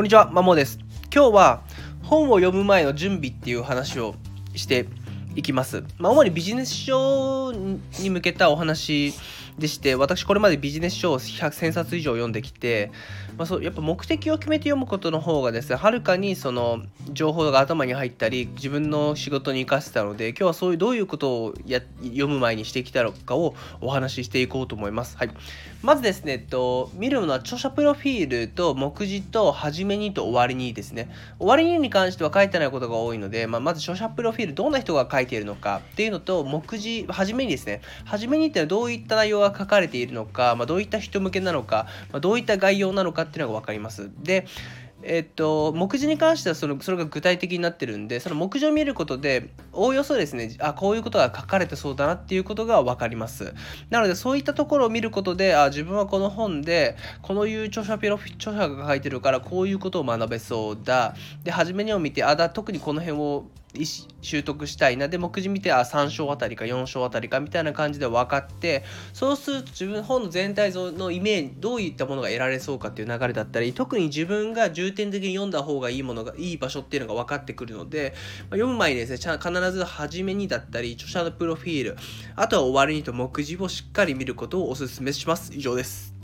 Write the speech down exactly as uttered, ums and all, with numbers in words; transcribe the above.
んにちは、まもです。今日は本を読む前の準備っていう話をしていきます。まあ、主にビジネス書に向けたお話でして、私これまでビジネス書をひゃくせんさつ以上読んできて、まあ、そうやっぱ目的を決めて読むことの方がですね、はるかにその情報が頭に入ったり、自分の仕事に生かせたので、今日はそういうどういうことをや読む前にしてきたのかをお話ししていこうと思います。はい。まずですね、えっと、見るのは著者プロフィールと目次と初めにと終わりにですね。終わりにに関しては書いてないことが多いので、まあ、まず著者プロフィール、どんな人が書いているのかっていうのと、目次、初めにですね、初めにっていうのはどういった内容が書かれているのか、まあ、どういった人向けなのか、まあ、どういった概要なのかっていうのが分かります。で、えっと、目次に関してはそのそれが具体的になってるんで、その目次を見ることでおおよそですね、あ、こういうことが書かれてそうだなっていうことが分かります。なのでそういったところを見ることで、あ、自分はこの本でこのいう著者プロフィ著者が書いてるからこういうことを学べそうだ。で、初めにを見て、あだ特にこの辺を習得したいな。で、目次見て、あ、さん章あたりかよん章あたりかみたいな感じで分かって、そうすると自分本の全体像のイメージ、どういったものが得られそうかっていう流れだったり、特に自分が重点的に読んだ方がいいものが、いい場所っていうのが分かってくるので、まあ、読む前にですね、ちゃん必ず初めにだったり、著者のプロフィール、あとは終わりにと目次をしっかり見ることをお勧めします。以上です。